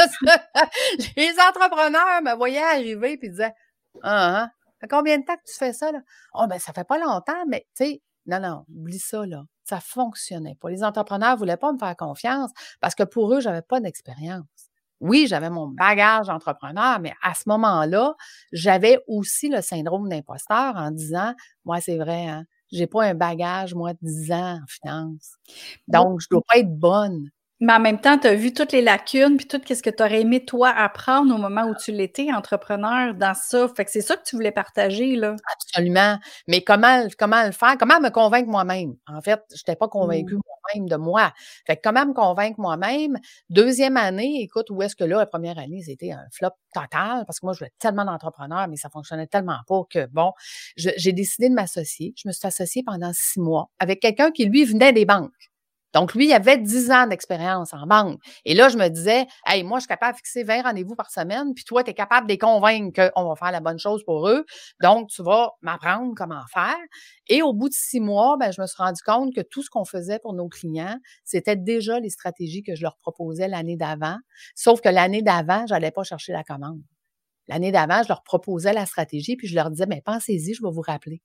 Les entrepreneurs me voyaient arriver puis disaient: «Ah, ça fait combien de temps que tu fais ça, là?» «Oh, ben ça fait pas longtemps», mais tu sais, non, oublie ça, là. Ça fonctionnait pas. Les entrepreneurs voulaient pas me faire confiance parce que pour eux, j'avais pas d'expérience. Oui, j'avais mon bagage d'entrepreneur, mais à ce moment-là, j'avais aussi le syndrome d'imposteur en disant: «Ouais, c'est vrai, hein, j'ai pas un bagage, moi, de 10 ans en finance. Oui. Donc, je dois pas être bonne.» Mais en même temps, tu as vu toutes les lacunes puis tout ce que tu aurais aimé, toi, apprendre au moment où tu l'étais entrepreneur dans ça. Fait que c'est ça que tu voulais partager, là. Absolument. Mais comment le faire? Comment me convaincre moi-même? En fait, je n'étais pas Mmh. convaincue moi-même de moi. Fait que comment me convaincre moi-même? 2e année, écoute, où est-ce que là, la première année, c'était un flop total parce que moi, je voulais tellement d'entrepreneurs, mais ça fonctionnait tellement pas que, bon, j'ai décidé de m'associer. Je me suis associée pendant 6 mois avec quelqu'un qui, lui, venait des banques. Donc, lui, il avait 10 ans d'expérience en banque. Et là, je me disais, hey, moi, je suis capable de fixer 20 rendez-vous par semaine, puis toi, tu es capable de les convaincre qu'on va faire la bonne chose pour eux. Donc, tu vas m'apprendre comment faire. Et au bout de 6 mois, ben, je me suis rendu compte que tout ce qu'on faisait pour nos clients, c'était déjà les stratégies que je leur proposais l'année d'avant. Sauf que l'année d'avant, je n'allais pas chercher la commande. L'année d'avant, je leur proposais la stratégie, puis je leur disais, mais pensez-y, je vais vous rappeler.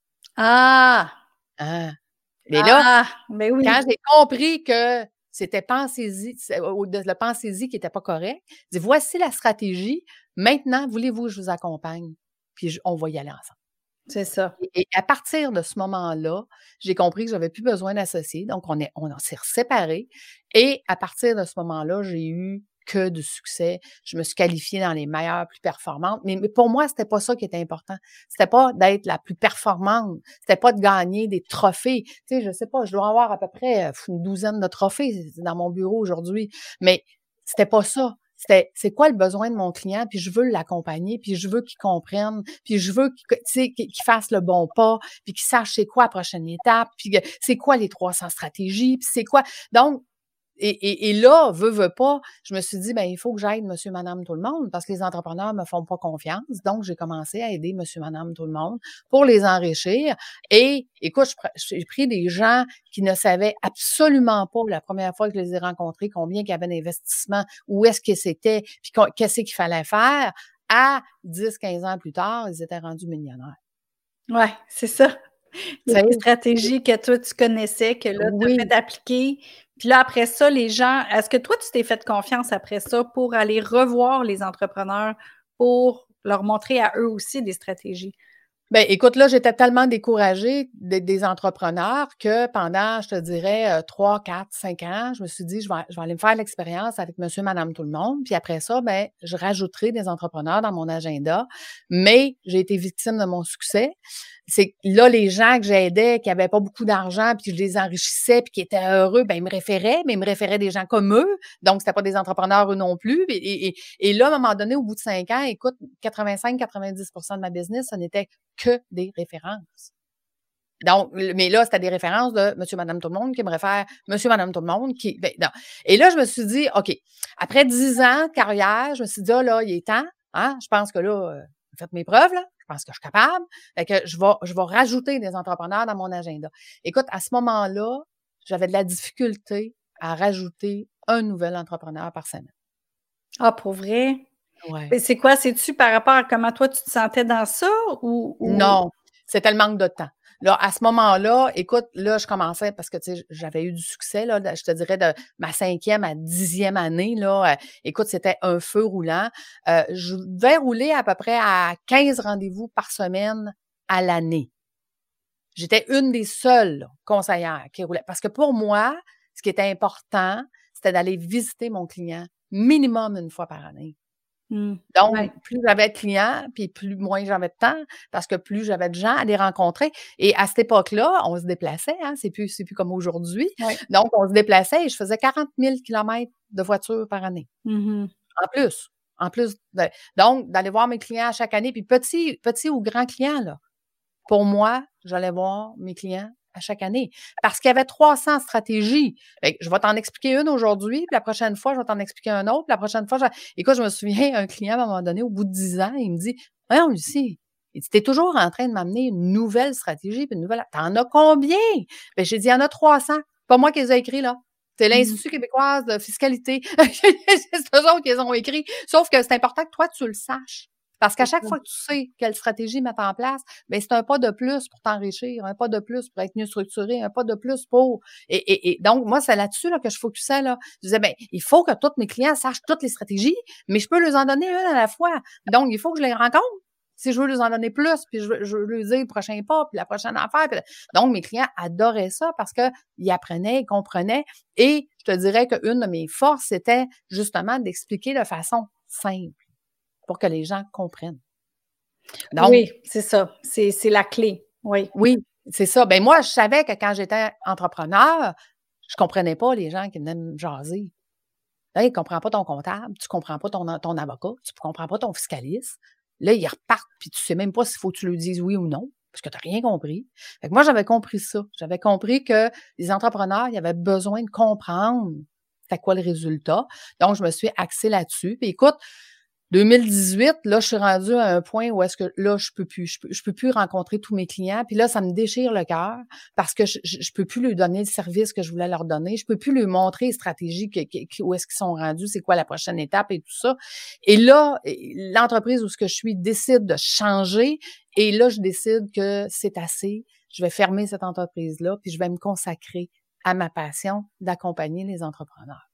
Ah! Hein? Mais là, Ah! Ben oui. quand j'ai compris que c'était pensez-y, le pensez-y qui n'était pas correct, j'ai dit: «Voici la stratégie. Maintenant, voulez-vous que je vous accompagne? Puis on va y aller ensemble.» C'est ça. Et à partir de ce moment-là, j'ai compris que j'avais plus besoin d'associés. Donc, on s'est séparés. Et à partir de ce moment-là, j'ai eu que du succès. Je me suis qualifiée dans les meilleures, plus performantes. Mais pour moi, c'était pas ça qui était important. C'était pas d'être la plus performante. C'était pas de gagner des trophées. Tu sais, je sais pas, je dois avoir à peu près une 12aine de trophées dans mon bureau aujourd'hui. Mais c'était pas ça. C'est quoi le besoin de mon client, puis je veux l'accompagner, puis je veux qu'il comprenne, puis je veux qu'il fasse le bon pas, puis qu'il sache c'est quoi la prochaine étape, puis c'est quoi les 300 stratégies, puis c'est quoi. Donc, et là, veut pas, je me suis dit, ben il faut que j'aide monsieur, madame, tout le monde parce que les entrepreneurs me font pas confiance. Donc, j'ai commencé à aider monsieur, madame, tout le monde pour les enrichir. Et écoute, j'ai pris des gens qui ne savaient absolument pas la première fois que je les ai rencontrés combien il y avait d'investissement, où est-ce que c'était, puis qu'est-ce qu'il fallait faire. À 10, 15 ans plus tard, ils étaient rendus millionnaires. Ouais, c'est ça. Il y a des Tu sais? stratégies que toi, tu connaissais, que là, tu as Oui. fait appliquer. Puis là, après ça, les gens, est-ce que toi, tu t'es fait confiance après ça pour aller revoir les entrepreneurs pour leur montrer à eux aussi des stratégies? Ben, écoute, là, j'étais tellement découragée des entrepreneurs que pendant, je te dirais, 3, 4, 5 ans, je me suis dit, je vais aller me faire l'expérience avec monsieur, madame, tout le monde. Puis après ça, ben, je rajouterai des entrepreneurs dans mon agenda. Mais j'ai été victime de mon succès. C'est là, les gens que j'aidais, qui n'avaient pas beaucoup d'argent, puis je les enrichissais, puis qui étaient heureux, ben, ils me référaient, mais ils me référaient des gens comme eux. Donc, c'était pas des entrepreneurs eux non plus. Et là, à un moment donné, au bout de 5 ans, écoute, 85-90% de ma business, ce n'était que des références. Donc, mais là, c'était des références de monsieur, madame, tout le monde qui me réfèrent monsieur, madame, tout le monde qui, ben, non. Et là, je me suis dit, OK, après 10 ans de carrière, je me suis dit, ah, là, il est temps, hein, je pense que là, j'ai fait mes preuves, là, je pense que je suis capable, fait que je vais rajouter des entrepreneurs dans mon agenda. Écoute, à ce moment-là, j'avais de la difficulté à rajouter un nouvel entrepreneur par semaine. Ah, pour vrai? Ouais. Mais c'est quoi? C'est-tu par rapport à comment toi, tu te sentais dans ça ou... Non, c'était le manque de temps. Là, à ce moment-là, écoute, là, je commençais parce que, tu sais, j'avais eu du succès, là, je te dirais de ma 5e à 10e année, là, écoute, c'était un feu roulant. Je devais rouler à peu près à 15 rendez-vous par semaine à l'année. J'étais une des seules là, conseillères qui roulait. Parce que pour moi, ce qui était important, c'était d'aller visiter mon client minimum une fois par année. Donc, Ouais. plus j'avais de clients, puis moins j'avais de temps, parce que plus j'avais de gens à les rencontrer. Et à cette époque-là, on se déplaçait, hein, c'est plus comme aujourd'hui. Ouais. Donc, on se déplaçait et je faisais 40 000 kilomètres de voiture par année. Mhm. En plus. Donc, d'aller voir mes clients à chaque année, puis petit ou grand client, là. Pour moi, j'allais voir mes clients à chaque année. Parce qu'il y avait 300 stratégies. Fait que je vais t'en expliquer une aujourd'hui, puis la prochaine fois, je vais t'en expliquer un autre, puis la prochaine fois, écoute, je me souviens, un client, à un moment donné, au bout de 10 ans, il me dit, « Voyons, Lucie, Il dit, t'es toujours en train de m'amener une nouvelle stratégie, puis une nouvelle... T'en as combien? Ben, j'ai dit, il y en a 300. Pas moi qui les ai écrits, là. C'est l'Institut québécois de fiscalité. C'est eux autres qui les ont écrits. Sauf que c'est important que toi, tu le saches. Parce qu'à chaque fois que tu sais quelle stratégie mettre en place, ben c'est un pas de plus pour t'enrichir, un pas de plus pour être mieux structuré, un pas de plus pour... Et donc, moi, c'est là-dessus là, que je focusais. Là. Je disais, ben il faut que tous mes clients sachent toutes les stratégies, mais je peux leur en donner une à la fois. Donc, il faut que je les rencontre. Si je veux leur en donner plus, puis je veux leur dire le prochain pas, puis la prochaine affaire. Donc, mes clients adoraient ça parce qu'ils apprenaient, ils comprenaient. Et je te dirais qu'une de mes forces, c'était justement d'expliquer de façon simple pour que les gens comprennent. Donc, oui, c'est ça. C'est la clé. Oui. Oui, c'est ça. Ben moi, je savais que quand j'étais entrepreneur, je comprenais pas les gens qui venaient me jaser. Là, ils ne comprennent pas ton comptable, tu ne comprends pas ton avocat, tu ne comprends pas ton fiscaliste. Là, ils repartent, puis tu ne sais même pas s'il faut que tu leur dises oui ou non, parce que tu n'as rien compris. Fait que moi, j'avais compris ça. J'avais compris que les entrepreneurs, ils avaient besoin de comprendre c'était quoi le résultat. Donc, je me suis axée là-dessus. Puis écoute, 2018, là, je suis rendue à un point où est-ce que là, je peux plus rencontrer tous mes clients. Puis là, ça me déchire le cœur parce que je peux plus leur donner le service que je voulais leur donner. Je peux plus leur montrer les stratégies où est-ce qu'ils sont rendus, c'est quoi la prochaine étape et tout ça. Et là, l'entreprise où ce que je suis décide de changer. Et là, je décide que c'est assez. Je vais fermer cette entreprise-là, puis je vais me consacrer à ma passion d'accompagner les entrepreneurs.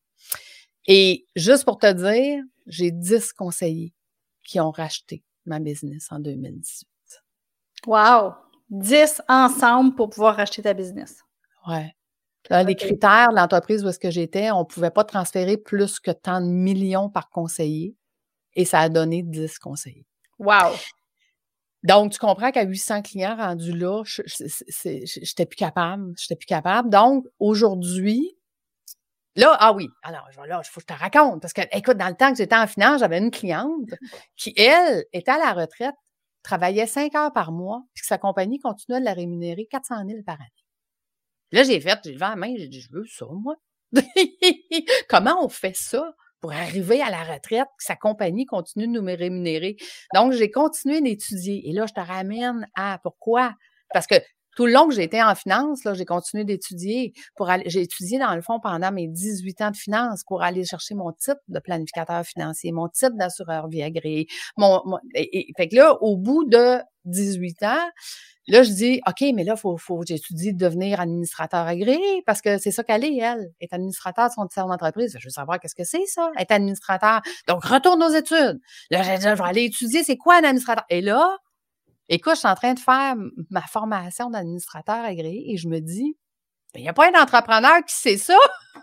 Et juste pour te dire, j'ai 10 conseillers qui ont racheté ma business en 2018. Wow! 10 ensemble pour pouvoir racheter ta business. Ouais. Là, les critères de l'entreprise où est-ce que j'étais, on ne pouvait pas transférer plus que tant de millions par conseiller. Et ça a donné 10 conseillers. Wow! Donc, tu comprends qu'à 800 clients rendus là, j'étais plus capable. J'étais plus capable. Donc, aujourd'hui, là, ah oui, alors là, il faut que je te raconte. Parce que, écoute, dans le temps que j'étais en finance, j'avais une cliente qui, elle, était à la retraite, travaillait 5 heures par mois, puis que sa compagnie continuait de la rémunérer 400 000 par année. Là, j'ai levé la main, j'ai dit, je veux ça, moi. Comment on fait ça pour arriver à la retraite, que sa compagnie continue de nous rémunérer? Donc, j'ai continué d'étudier. Et là, je te ramène à pourquoi? Parce que tout le long que j'étais en finance, là, j'ai continué d'étudier j'ai étudié dans le fond pendant mes 18 ans de finance pour aller chercher mon titre de planificateur financier, mon titre d'assureur vie agréé. Fait que là, au bout de 18 ans, là, je dis, OK, mais là, faut j'étudie de devenir administrateur agréé parce que c'est ça qu'elle est administrateur de son entreprise. Je veux savoir qu'est-ce que c'est ça, être administrateur. Donc, retourne aux études. Là, je vais aller étudier c'est quoi un administrateur. Et là, écoute, je suis en train de faire ma formation d'administrateur agréé et je me dis, il n'y a pas un entrepreneur qui sait ça.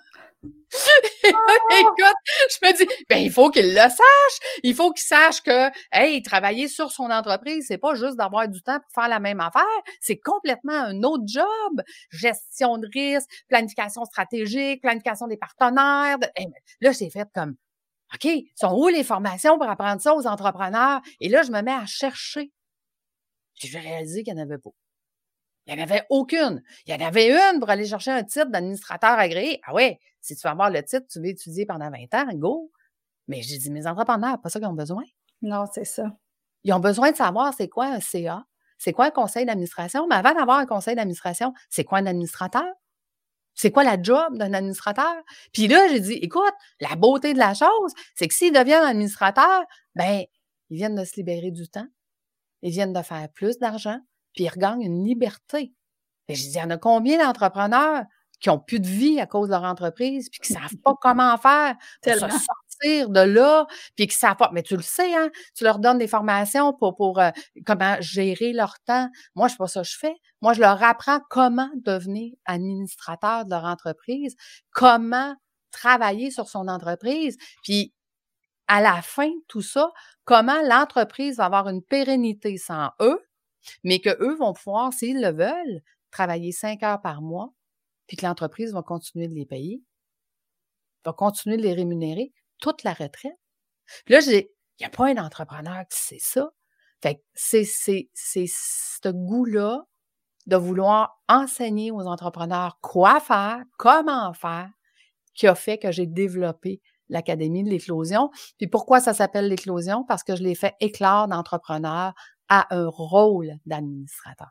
Écoute, je me dis, il faut qu'il le sache. Il faut qu'il sache que, travailler sur son entreprise, c'est pas juste d'avoir du temps pour faire la même affaire. C'est complètement un autre job. Gestion de risque, planification stratégique, planification des partenaires. Là, j'ai fait comme, OK, sont où les formations pour apprendre ça aux entrepreneurs? Et là, je me mets à chercher. Puis j'ai réalisé qu'il n'y en avait pas. Il n'y en avait aucune. Il y en avait une pour aller chercher un titre d'administrateur agréé. Ah ouais, si tu veux avoir le titre, tu veux étudier pendant 20 ans, go. Mais j'ai dit, mes entrepreneurs, pas ça qu'ils ont besoin. Non, c'est ça. Ils ont besoin de savoir c'est quoi un CA, c'est quoi un conseil d'administration. Mais avant d'avoir un conseil d'administration, c'est quoi un administrateur? C'est quoi la job d'un administrateur? Puis là, j'ai dit, écoute, la beauté de la chose, c'est que s'ils deviennent administrateurs, ils viennent de se libérer du temps. Ils viennent de faire plus d'argent, puis ils regagnent une liberté. Et je dis, il y en a combien d'entrepreneurs qui ont plus de vie à cause de leur entreprise, puis qui ne savent pas comment faire pour se sortir de là, puis qui ne savent pas. Mais tu le sais, hein, tu leur donnes des formations pour comment gérer leur temps. Moi, c'est pas ça que je fais. Moi, je leur apprends comment devenir administrateur de leur entreprise, comment travailler sur son entreprise, puis à la fin de tout ça, comment l'entreprise va avoir une pérennité sans eux, mais qu'eux vont pouvoir, s'ils le veulent, travailler 5 heures par mois, puis que l'entreprise va continuer de les payer, va continuer de les rémunérer toute la retraite. Puis là, il n'y a pas un entrepreneur qui sait ça. Fait que c'est ce goût-là de vouloir enseigner aux entrepreneurs quoi faire, comment faire, qui a fait que j'ai développé l'Académie de l'éclosion. Puis pourquoi ça s'appelle l'éclosion? Parce que je l'ai fait éclore d'entrepreneurs à un rôle d'administrateur.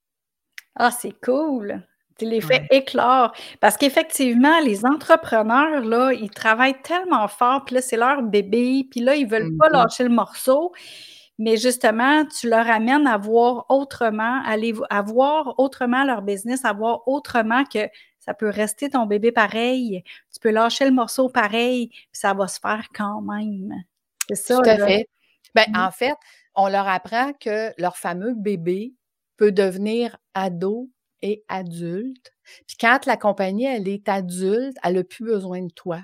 Ah, c'est cool! Tu les fais Ouais. éclore. Parce qu'effectivement, les entrepreneurs, là, ils travaillent tellement fort, puis là, c'est leur bébé, puis là, ils veulent pas Mhm. lâcher le morceau. Mais justement, tu leur amènes à voir autrement, à voir autrement leur business, à voir autrement que ça peut rester ton bébé pareil, tu peux lâcher le morceau pareil, puis ça va se faire quand même. C'est ça, Tout à là. fait. Ben, Mmh. en fait, on leur apprend que leur fameux bébé peut devenir ado et adulte. Puis quand la compagnie, elle est adulte, elle a plus besoin de toi,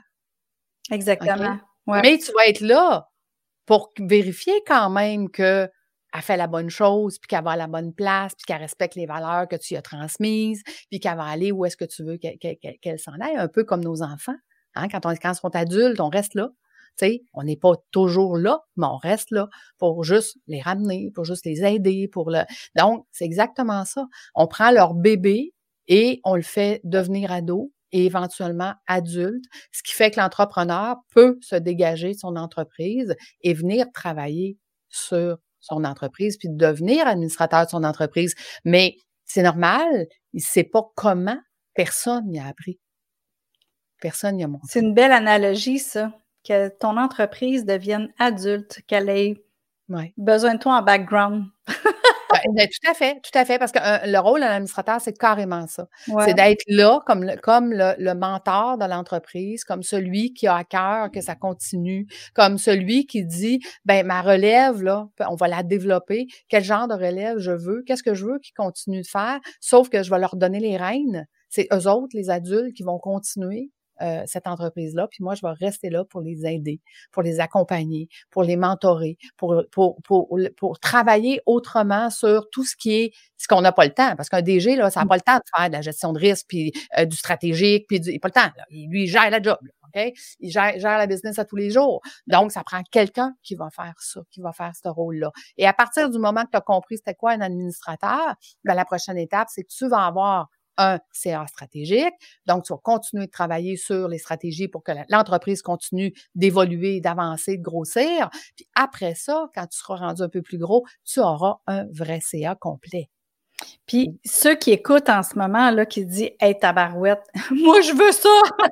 OK? Exactement. Ouais. Mais tu vas être là pour vérifier quand même qu'elle fait la bonne chose, puis qu'elle va à la bonne place, puis qu'elle respecte les valeurs que tu lui as transmises, puis qu'elle va aller où est-ce que tu veux qu'elle s'en aille, un peu comme nos enfants. Hein? Quand ils sont adultes, on reste là. Tu sais, on n'est pas toujours là, mais on reste là pour juste les ramener, pour juste les aider, Donc, c'est exactement ça. On prend leur bébé et on le fait devenir ado et éventuellement adulte, ce qui fait que l'entrepreneur peut se dégager de son entreprise et venir travailler sur son entreprise, puis devenir administrateur de son entreprise. Mais c'est normal, il ne sait pas comment, personne n'y a appris. Personne n'y a C'est montré. une belle analogie, ça, que ton entreprise devienne adulte, qu'elle ait Ouais. besoin de toi en background. Ben, tout à fait, parce que le rôle d'un administrateur, c'est carrément ça. Ouais. C'est d'être là comme le mentor de l'entreprise, comme celui qui a à cœur que ça continue, comme celui qui dit, ben ma relève, là, on va la développer. Quel genre de relève je veux? Qu'est-ce que je veux qu'ils continuent de faire? Sauf que je vais leur donner les rênes. C'est eux autres, les adultes, qui vont continuer cette entreprise-là, puis moi, je vais rester là pour les aider, pour les accompagner, pour les mentorer, pour travailler autrement sur tout ce qu'on n'a pas le temps. Parce qu'un DG, là, ça n'a pas le temps de faire de la gestion de risque, puis du stratégique, puis il n'a pas le temps. Là. Lui, il gère la job, là, OK? Il gère la business à tous les jours. Donc, ça prend quelqu'un qui va faire ça, qui va faire ce rôle-là. Et à partir du moment que tu as compris c'était quoi un administrateur, ben, la prochaine étape, c'est que tu vas avoir un CA stratégique. Donc, tu vas continuer de travailler sur les stratégies pour que l'entreprise continue d'évoluer, d'avancer, de grossir. Puis après ça, quand tu seras rendu un peu plus gros, tu auras un vrai CA complet. Puis ceux qui écoutent en ce moment, là, qui se disent « Hey, tabarouette, moi, je veux ça!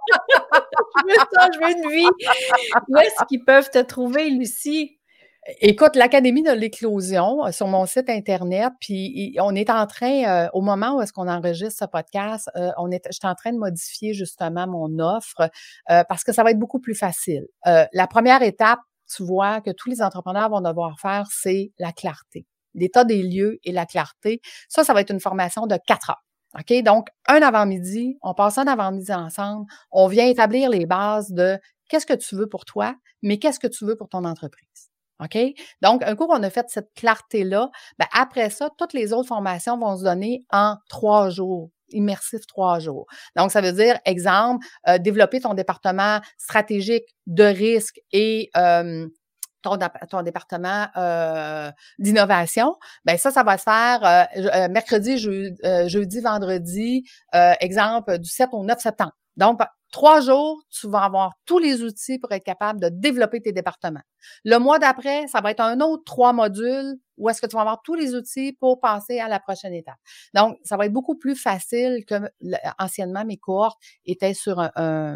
Je veux ça, je veux une vie! » Où est-ce qu'ils peuvent te trouver, Lucie? Écoute, l'Académie de l'éclosion sur mon site Internet, puis on est en train, au moment où est-ce qu'on enregistre ce podcast, je suis en train de modifier justement mon offre parce que ça va être beaucoup plus facile. La première étape, tu vois, que tous les entrepreneurs vont devoir faire, c'est la clarté. L'état des lieux et la clarté. Ça va être une formation de 4 heures. OK? Donc, un avant-midi, on passe un avant-midi ensemble, on vient établir les bases de qu'est-ce que tu veux pour toi, mais qu'est-ce que tu veux pour ton entreprise. OK? Donc, un coup qu'on a fait cette clarté-là, ben après ça, toutes les autres formations vont se donner en 3 jours, immersif 3 jours. Donc, ça veut dire, exemple, développer ton département stratégique de risque et ton département d'innovation, ben ça va se faire mercredi, jeudi, vendredi, exemple, du 7 au 9 septembre. Donc, 3 jours, tu vas avoir tous les outils pour être capable de développer tes départements. Le mois d'après, ça va être un autre 3 modules où est-ce que tu vas avoir tous les outils pour passer à la prochaine étape. Donc, ça va être beaucoup plus facile que anciennement, mes cohortes étaient sur un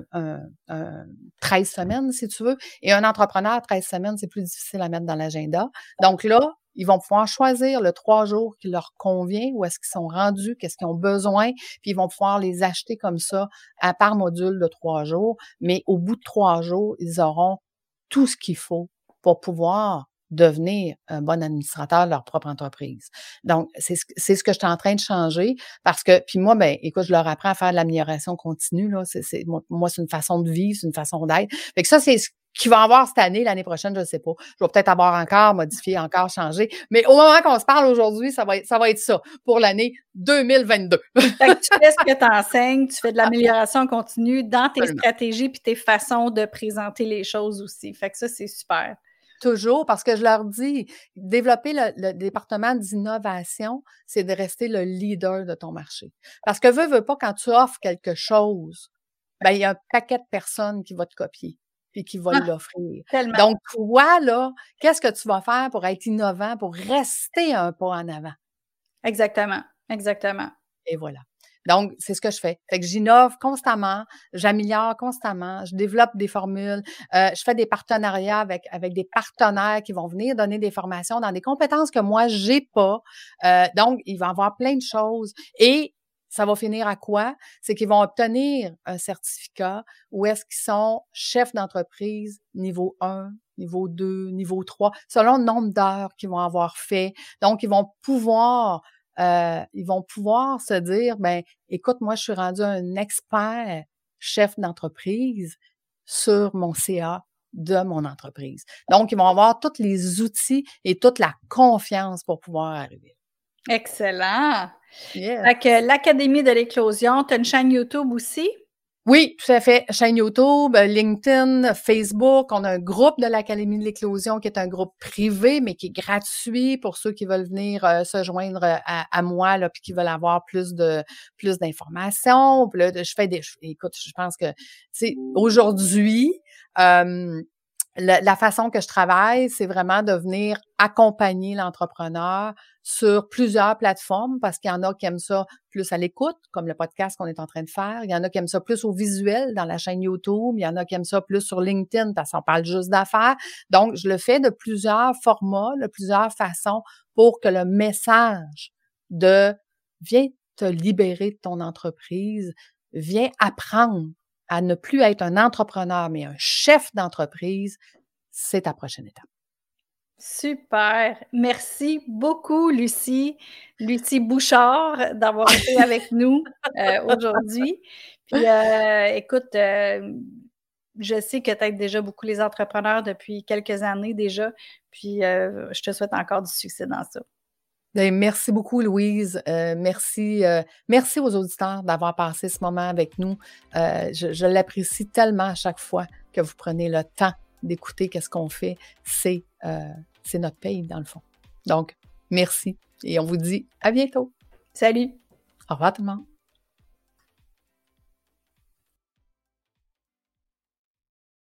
13 semaines, si tu veux. Et un entrepreneur, 13 semaines, c'est plus difficile à mettre dans l'agenda. Donc là, ils vont pouvoir choisir le 3 jours qui leur convient, où est-ce qu'ils sont rendus, qu'est-ce qu'ils ont besoin, puis ils vont pouvoir les acheter comme ça par module de 3 jours. Mais au bout de 3 jours, ils auront tout ce qu'il faut pour pouvoir devenir un bon administrateur de leur propre entreprise. Donc, c'est ce que je suis en train de changer parce que, puis moi, ben, écoute, je leur apprends à faire de l'amélioration continue, là. Moi, c'est une façon de vivre, c'est une façon d'être. Fait que ça, c'est ce qu'il va y avoir cette année, l'année prochaine, je ne sais pas. Je vais peut-être avoir encore modifié, encore changé. Mais au moment qu'on se parle aujourd'hui, ça va être ça pour l'année 2022. Fait que tu fais ce que tu enseignes, tu fais de l'amélioration continue dans tes stratégies puis tes façons de présenter les choses aussi. Fait que ça, c'est super. Toujours, parce que je leur dis, développer le département d'innovation, c'est de rester le leader de ton marché. Parce que veux pas, quand tu offres quelque chose, ben, il y a un paquet de personnes qui vont te copier. puis qui va l'offrir. Tellement. Donc, toi, là, qu'est-ce que tu vas faire pour être innovant, pour rester un pas en avant? Exactement, exactement. Et voilà. Donc, c'est ce que je fais. Fait que j'innove constamment, j'améliore constamment, je développe des formules, je fais des partenariats avec des partenaires qui vont venir donner des formations dans des compétences que moi, j'ai pas. Donc, il va y avoir plein de choses. Et ça va finir à quoi? C'est qu'ils vont obtenir un certificat où est-ce qu'ils sont chefs d'entreprise niveau 1, niveau 2, niveau 3, selon le nombre d'heures qu'ils vont avoir fait. Donc, ils vont pouvoir se dire, ben, écoute, moi, je suis rendu un expert chef d'entreprise sur mon CA de mon entreprise. Donc, ils vont avoir tous les outils et toute la confiance pour pouvoir arriver. Excellent. Yeah. Fait que l'Académie de l'éclosion, tu as une chaîne YouTube aussi? Oui, tout à fait. Chaîne YouTube, LinkedIn, Facebook. On a un groupe de l'Académie de l'éclosion qui est un groupe privé, mais qui est gratuit pour ceux qui veulent venir se joindre à moi, là, puis qui veulent avoir plus d'informations. Puis là, écoute, je pense que, tu sais, aujourd'hui, la façon que je travaille, c'est vraiment de venir accompagner l'entrepreneur sur plusieurs plateformes parce qu'il y en a qui aiment ça plus à l'écoute, comme le podcast qu'on est en train de faire. Il y en a qui aiment ça plus au visuel dans la chaîne YouTube. Il y en a qui aiment ça plus sur LinkedIn parce qu'on parle juste d'affaires. Donc, je le fais de plusieurs formats, de plusieurs façons pour que le message de « viens te libérer de ton entreprise, viens apprendre à ne plus être un entrepreneur, mais un chef d'entreprise », c'est ta prochaine étape. Super. Merci beaucoup, Lucie Bouchard, d'avoir été avec nous aujourd'hui. Puis, écoute, je sais que tu aides déjà beaucoup les entrepreneurs depuis quelques années déjà. Puis, je te souhaite encore du succès dans ça. Bien, merci beaucoup, Louise. Merci aux auditeurs d'avoir passé ce moment avec nous. Je l'apprécie tellement à chaque fois que vous prenez le temps d'écouter qu'est-ce qu'on fait. C'est notre pays, dans le fond. Donc, merci. Et on vous dit à bientôt. Salut. Au revoir tout le monde.